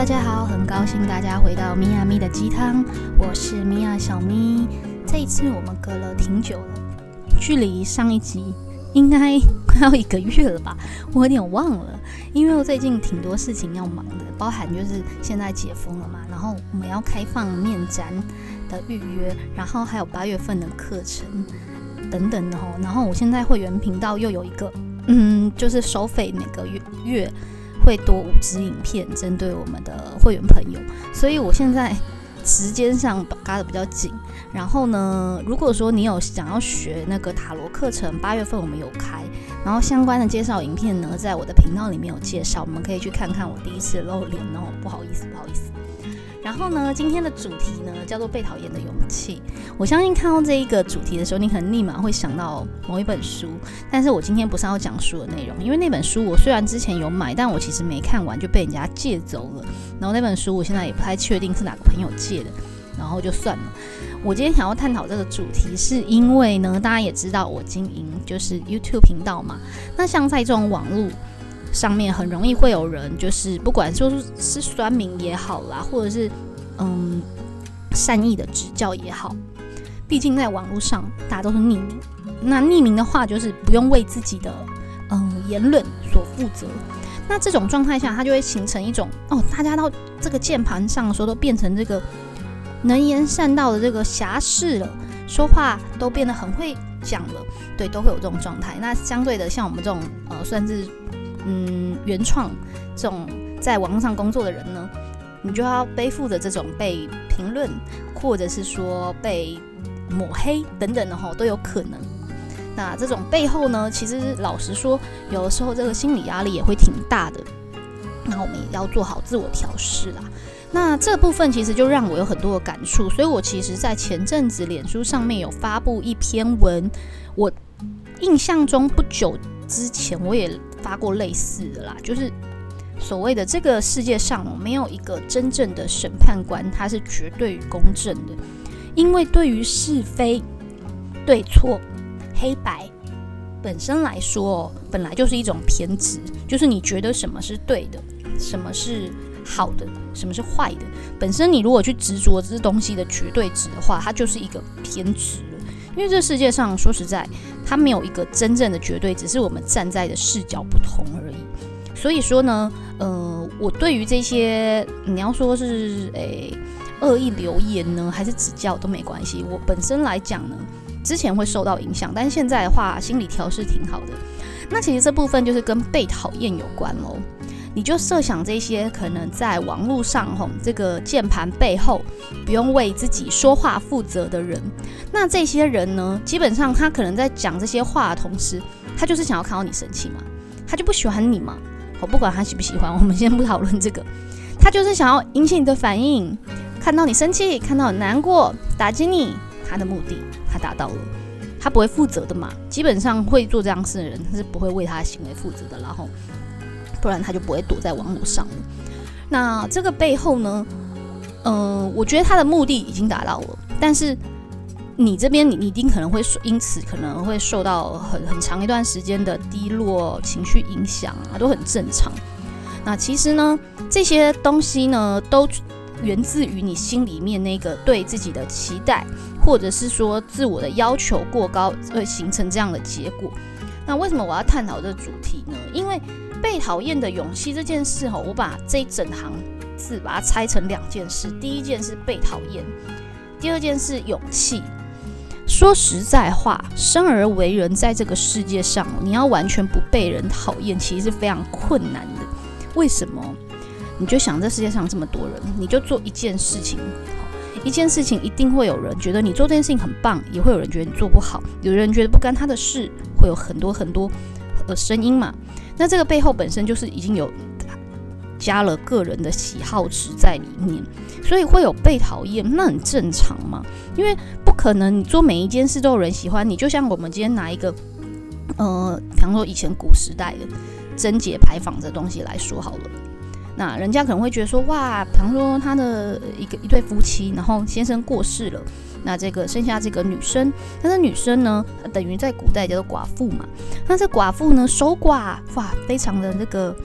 大家好，很高兴大家回到咪呀咪的鸡汤，我是咪呀小咪。这一次我们隔了挺久了，距离上一集应该快要1个月了吧，我有点忘了，因为我最近挺多事情要忙的，包含就是现在解封了嘛，然后我们要开放面展的预约，然后还有8月份的课程等等的，然后我现在会员频道又有一个就是收费每个月会多5支影片针对我们的会员朋友，所以我现在时间上嘎得比较紧。然后呢，如果说你有想要学那个塔罗课程，8月份我们有开，然后相关的介绍影片呢，在我的频道里面有介绍，我们可以去看看我第一次露脸哦，不好意思。然后呢，今天的主题呢叫做被讨厌的勇气。我相信看到这一个主题的时候，你可能立马会想到某一本书，但是我今天不是要讲书的内容，因为那本书我虽然之前有买，但我其实没看完就被人家借走了。然后那本书我现在也不太确定是哪个朋友借的，然后就算了。我今天想要探讨这个主题，是因为呢，大家也知道我经营就是 YouTube 频道嘛，那像在这种网络上面很容易会有人，就是不管说是酸民也好啦，或者是善意的指教也好，毕竟在网络上大家都是匿名，那匿名的话就是不用为自己的言论所负责。那这种状态下，它就会形成一种大家到这个键盘上的时候都变成这个能言善道的这个侠士了，说话都变得很会讲了，对，都会有这种状态。那相对的，像我们这种算是原创这种在网络上工作的人呢，你就要背负着这种被评论，或者是说被抹黑等等的都有可能。那这种背后呢，其实老实说，有的时候这个心理压力也会挺大的。那我们也要做好自我调试啦。那这部分其实就让我有很多的感触，所以我其实在前阵子脸书上面有发布一篇文，我印象中不久之前我也发过类似的啦，就是所谓的这个世界上没有一个真正的审判官，他是绝对公正的，因为对于是非、对错、黑白本身来说，本来就是一种偏执，就是你觉得什么是对的，什么是好的，什么是坏的，本身你如果去执着这东西的绝对值的话，它就是一个偏执了。因为这世界上说实在，它没有一个真正的绝对，只是我们站在的视角不同而已。所以说呢，我对于这些你要说是恶意留言呢，还是指教都没关系。我本身来讲呢，之前会受到影响，但是现在的话，心理调试挺好的。那其实这部分就是跟被讨厌有关咯。你就设想这些可能在网络上这个键盘背后不用为自己说话负责的人，那这些人呢，基本上他可能在讲这些话的同时，他就是想要看到你生气嘛，他就不喜欢你嘛，不管他喜不喜欢，我们先不讨论这个，他就是想要引起你的反应，看到你生气，看到你难过，打击你，他的目的他达到了，他不会负责的嘛，基本上会做这样事的人，他是不会为他的行为负责的，然后不然他就不会躲在网络上了。那这个背后呢，我觉得他的目的已经达到了，但是你这边你一定可能会因此可能会受到很长一段时间的低落情绪影响啊，都很正常。那其实呢，这些东西呢，都源自于你心里面那个对自己的期待，或者是说自我的要求过高，会形成这样的结果。那为什么我要探讨这个主题呢？因为被讨厌的勇气这件事，我把这一整行字把它拆成2件事。第一件是被讨厌，第二件是勇气。说实在话，生而为人，在这个世界上，你要完全不被人讨厌，其实是非常困难的。为什么？你就想这世界上这么多人，你就做一件事情，一件事情一定会有人觉得你做这件事情很棒，也会有人觉得你做不好，有人觉得不干他的事，会有很多声音嘛。那这个背后本身就是已经有加了个人的喜好值在里面，所以会有被讨厌，那很正常嘛。因为不可能你做每一件事都有人喜欢你，就像我们今天拿一个比方说以前古时代的贞节牌坊这东西来说好了，那人家可能会觉得说，哇，比方说他的一对夫妻，然后先生过世了，那这个剩下这个女生，但是女生呢，等于在古代叫做寡妇嘛。那这寡妇呢，守寡，哇，非常的这个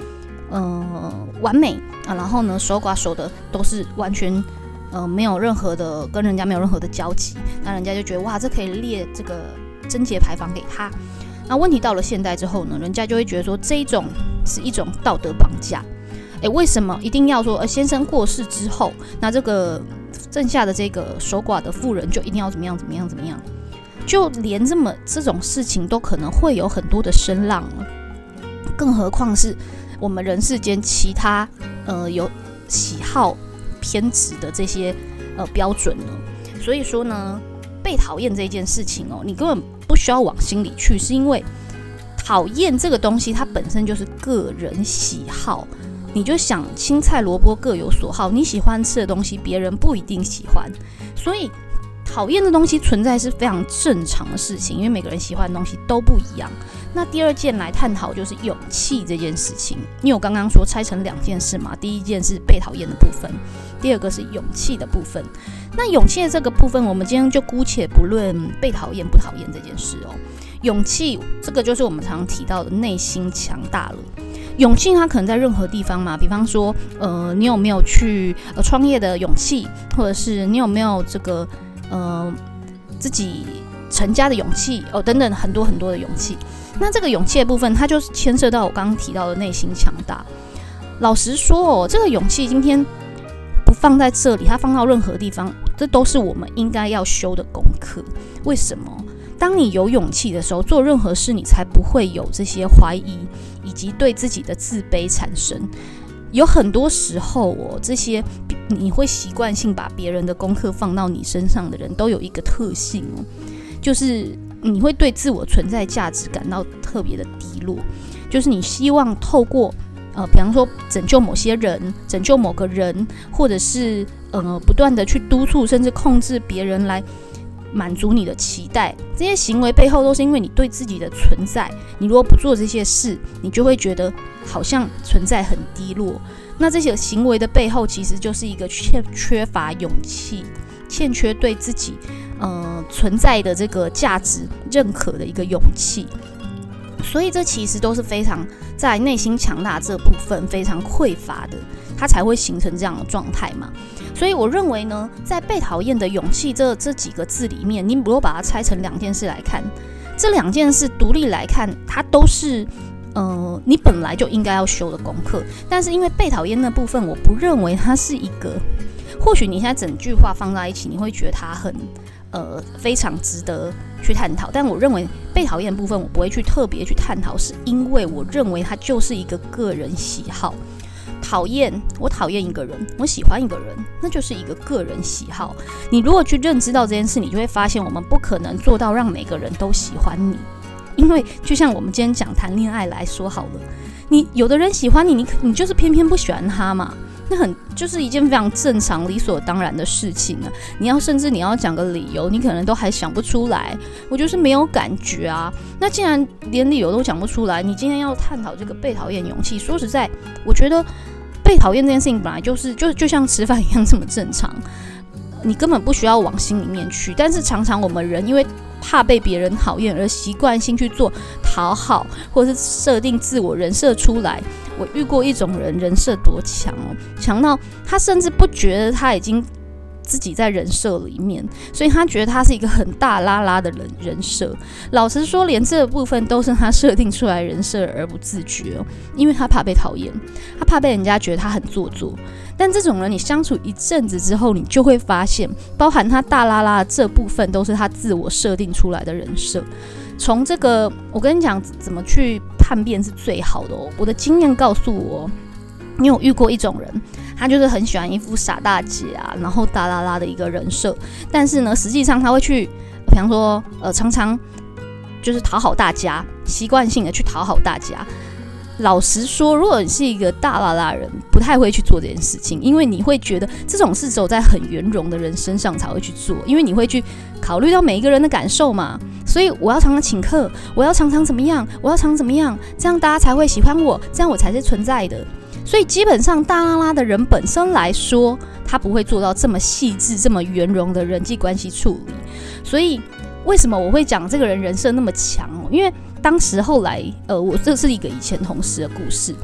完美啊，然后呢守寡守的都是完全没有任何的跟人家没有任何的交集，那人家就觉得哇，这可以列这个贞节牌坊给他。那问题到了现代之后呢，人家就会觉得说这一种是一种道德绑架。为什么一定要说先生过世之后，那这个剩下的这个守寡的妇人就一定要怎么样怎么样怎么样？就连这种事情都可能会有很多的声浪了，更何况是我们人世间其他有喜好偏执的这些标准呢？所以说呢，被讨厌这件事情你根本不需要往心里去，是因为讨厌这个东西它本身就是个人喜好。你就想青菜萝卜各有所好，你喜欢吃的东西别人不一定喜欢，所以讨厌的东西存在是非常正常的事情，因为每个人喜欢的东西都不一样。那第二件来探讨就是勇气这件事情，因为我刚刚说拆成2件事嘛，第一件是被讨厌的部分，第二个是勇气的部分。那勇气的这个部分，我们今天就姑且不论被讨厌不讨厌这件事勇气这个就是我们常提到的内心强大了。勇气它可能在任何地方嘛，比方说你有没有去创业的勇气，或者是你有没有这个自己成家的勇气等等，很多很多的勇气。那这个勇气的部分，它就是牵涉到我刚刚提到的内心强大。老实说这个勇气今天不放在这里，它放到任何地方，这都是我们应该要修的功课。为什么？当你有勇气的时候，做任何事你才不会有这些怀疑以及对自己的自卑产生。有很多时候这些你会习惯性把别人的功课放到你身上的人都有一个特性就是你会对自我存在价值感到特别的低落，就是你希望透过比方说拯救某些人，拯救某个人，或者是不断的去督促甚至控制别人来满足你的期待，这些行为背后都是因为你对自己的存在，你如果不做这些事，你就会觉得好像存在很低落。那这些行为的背后其实就是一个缺乏勇气，欠缺对自己存在的这个价值认可的一个勇气。所以这其实都是非常在内心强大这部分非常匮乏的，它才会形成这样的状态嘛。所以我认为呢，在被讨厌的勇气这几个字里面，你如果把它拆成2件事来看，这2件事独立来看，它都是你本来就应该要修的功课。但是因为被讨厌的部分，我不认为它是一个，或许你现在整句话放在一起，你会觉得它很非常值得去探讨，但我认为被讨厌的部分我不会去特别去探讨，是因为我认为它就是一个个人喜好。我讨厌一个人，我喜欢一个人，那就是一个个人喜好。你如果去认知到这件事，你就会发现我们不可能做到让每个人都喜欢你，因为就像我们今天讲谈恋爱来说好了，你有的人喜欢你，你就是偏偏不喜欢他嘛，那就是一件非常正常理所当然的事情啊。甚至你要讲个理由，你可能都还想不出来，我就是没有感觉啊。那既然连理由都讲不出来，你今天要探讨这个被讨厌勇气，说实在，我觉得被讨厌这件事情本来就像吃饭一样这么正常，你根本不需要往心里面去。但是常常我们人因为怕被别人讨厌而习惯性去做讨好，或者是设定自我人设出来。我遇过一种人设多强强到他甚至不觉得他已经自己在人设里面，所以他觉得他是一个很大拉拉的人设。老实说，连这个部分都是他设定出来人设而不自觉因为他怕被讨厌，他怕被人家觉得他很做作。但这种人你相处一阵子之后，你就会发现包含他大拉拉的这部分都是他自我设定出来的人设。从这个我跟你讲怎么去判辨是最好的我的经验告诉我，你有遇过一种人，他就是很喜欢一副傻大姐啊，然后大拉拉的一个人设，但是呢实际上他会去比方说常常就是讨好大家，习惯性的去讨好大家。老实说，如果你是一个大拉拉人，不太会去做这件事情，因为你会觉得这种事只有在很圆融的人身上才会去做，因为你会去考虑到每一个人的感受嘛。所以我要常常请客，我要常常怎么样，我要常怎么样，这样大家才会喜欢我，这样我才是存在的。所以基本上大拉拉的人本身来说，他不会做到这么细致、这么圆融的人际关系处理。所以为什么我会讲这个人设那么强因为当时后来我这是一个以前同事的故事，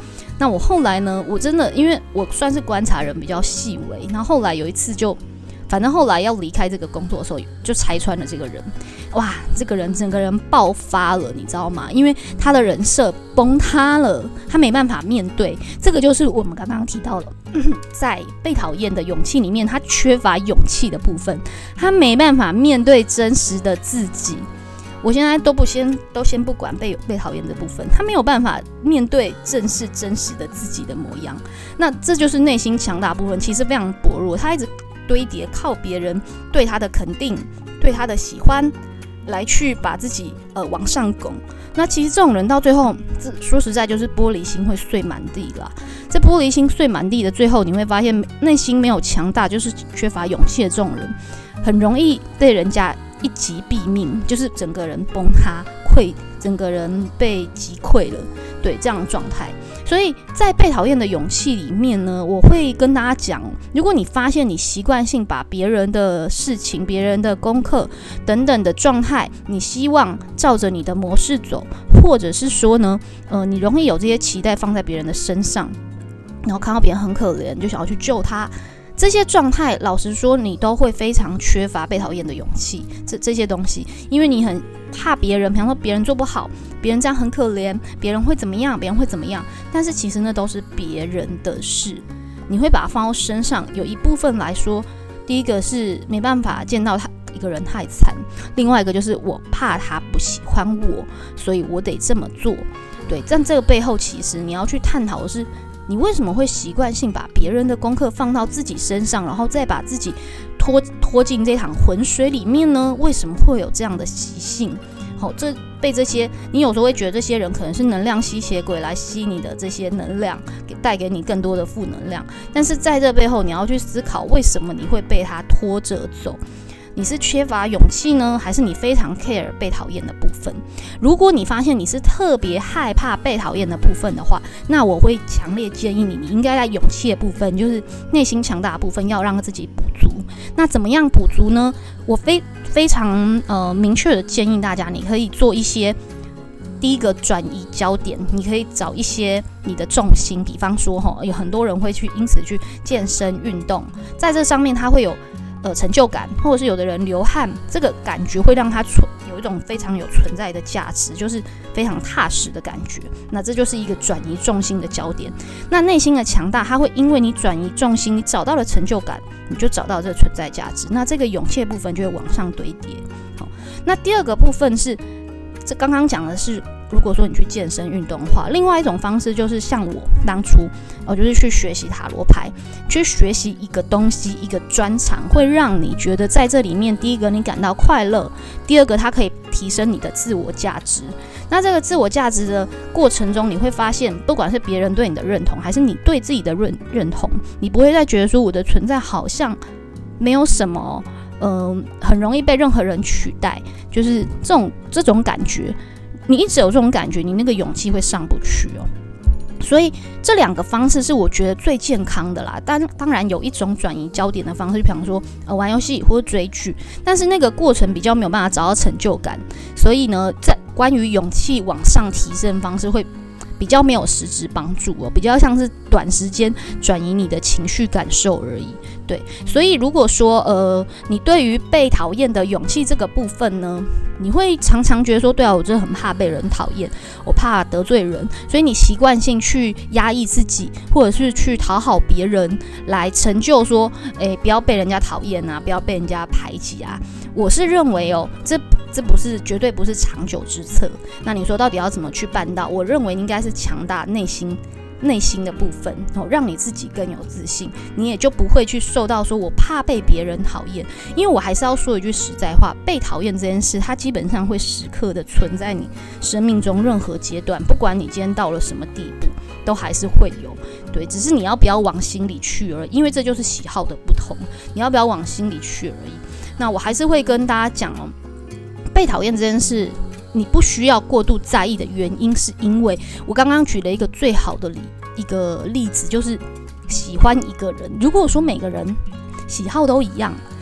那我后来呢，我真的因为我算是观察人比较细微，然后后来有一次反正后来要离开这个工作的时候，就拆穿了这个人。哇，这个人整个人爆发了，你知道吗？因为他的人设崩塌了，他没办法面对。这个就是我们刚刚提到的，在被讨厌的勇气里面，他缺乏勇气的部分，他没办法面对真实的自己。我现在都先不管被讨厌的部分，他没有办法面对正视真实的自己的模样。那这就是内心强大的部分，其实非常薄弱，他一直堆叠靠别人对他的肯定、对他的喜欢来去把自己往上拱。那其实这种人到最后，说实在就是玻璃心会碎满地啦。这玻璃心碎满地的最后，你会发现内心没有强大，就是缺乏勇气的这种人，很容易被人家一击毙命，就是整个人崩塌整个人被击溃了，对，这样的状态。所以在被讨厌的勇气里面呢，我会跟大家讲，如果你发现你习惯性把别人的事情、别人的功课等等的状态，你希望照着你的模式走，或者是说呢，你容易有这些期待放在别人的身上，然后看到别人很可怜，就想要去救他。这些状态，老实说，你都会非常缺乏被讨厌的勇气。这些东西，因为你很怕别人，比方说别人做不好，别人这样很可怜，别人会怎么样，别人会怎么样。但是其实那都是别人的事，你会把它放到身上。有一部分来说，第一个是没办法见到他一个人太惨，另外一个就是我怕他不喜欢我，所以我得这么做。对，但这个背后其实你要去探讨的是，你为什么会习惯性把别人的功课放到自己身上，然后再把自己拖进这场浑水里面呢？为什么会有这样的习性？被这些，你有时候会觉得这些人可能是能量吸血鬼来吸你的这些能量，带给你更多的负能量。但是在这背后，你要去思考，为什么你会被他拖着走？你是缺乏勇气呢，还是你非常 care 被讨厌的部分？如果你发现你是特别害怕被讨厌的部分的话，那我会强烈建议你应该在勇气的部分，就是内心强大的部分，要让自己补足。那怎么样补足呢？我非常明确的建议大家，你可以做一些第一个转移焦点，你可以找一些你的重心，比方说有很多人会因此去健身运动，在这上面他会有成就感，或者是有的人流汗，这个感觉会让他有一种非常有存在的价值，就是非常踏实的感觉。那这就是一个转移重心的焦点。那内心的强大，它会因为你转移重心，你找到了成就感，你就找到这个存在价值。那这个勇气的部分就会往上堆叠。好，那第二个部分是，这刚刚讲的是，如果说你去健身运动的话，另外一种方式就是像我当初就是去学习塔罗牌，去学习一个东西，一个专长，会让你觉得在这里面，第一个你感到快乐，第二个它可以提升你的自我价值。那这个自我价值的过程中，你会发现，不管是别人对你的认同，还是你对自己的认同，你不会再觉得说我的存在好像没有什么很容易被任何人取代，就是这种感觉。你一直有这种感觉，你那个勇气会上不去哦。所以这两个方式是我觉得最健康的啦。当然有一种转移焦点的方式，比方说玩游戏或者追剧，但是那个过程比较没有办法找到成就感。所以呢，在关于勇气往上提升的方式会比较没有实质帮助哦，比较像是短时间转移你的情绪感受而已。对，所以如果说你对于被讨厌的勇气这个部分呢，你会常常觉得说，对啊，我真的很怕被人讨厌，我怕得罪人，所以你习惯性去压抑自己，或者是去讨好别人来成就说，不要被人家讨厌啊，不要被人家排挤啊。我是认为这绝对不是长久之策。那你说到底要怎么去办到？我认为应该是强大内心的部分，让你自己更有自信，你也就不会去受到说我怕被别人讨厌。因为我还是要说一句实在话，被讨厌这件事，它基本上会时刻的存在你生命中任何阶段，不管你今天到了什么地步，都还是会有。对，只是你要不要往心里去而已，因为这就是喜好的不同，你要不要往心里去而已。那我还是会跟大家讲被讨厌这件事，你不需要过度在意的原因，是因为我刚刚举了一个最好的一个例子，就是喜欢一个人。如果说每个人喜好都一样，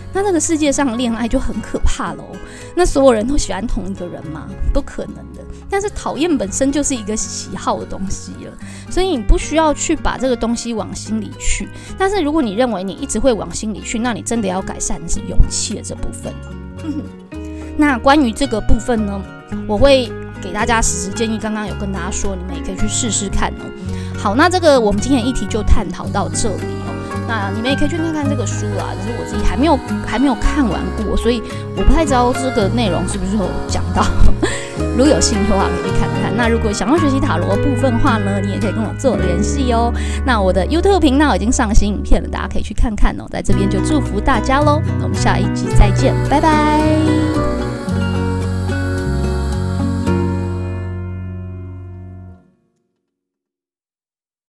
那这个世界上恋爱就很可怕咯。那所有人都喜欢同一个人吗？不可能的。但是讨厌本身就是一个喜好的东西了，所以你不需要去把这个东西往心里去。但是如果你认为你一直会往心里去，那你真的要改善的是勇气的这部分。那关于这个部分呢，我会给大家实施建议，刚刚有跟大家说，你们也可以去试试看哦。好，那这个我们今天的议题就探讨到这里哦。那你们也可以去看看这个书啦，只是我自己还没有看完过，所以我不太知道这个内容是不是有讲到。如果有兴趣的话，可以去看看。那如果想要学习塔罗部分的话呢，你也可以跟我做联系哦。那我的 YouTube 频道已经上新影片了，大家可以去看看哦。在这边就祝福大家喽，我们下一集再见，拜拜。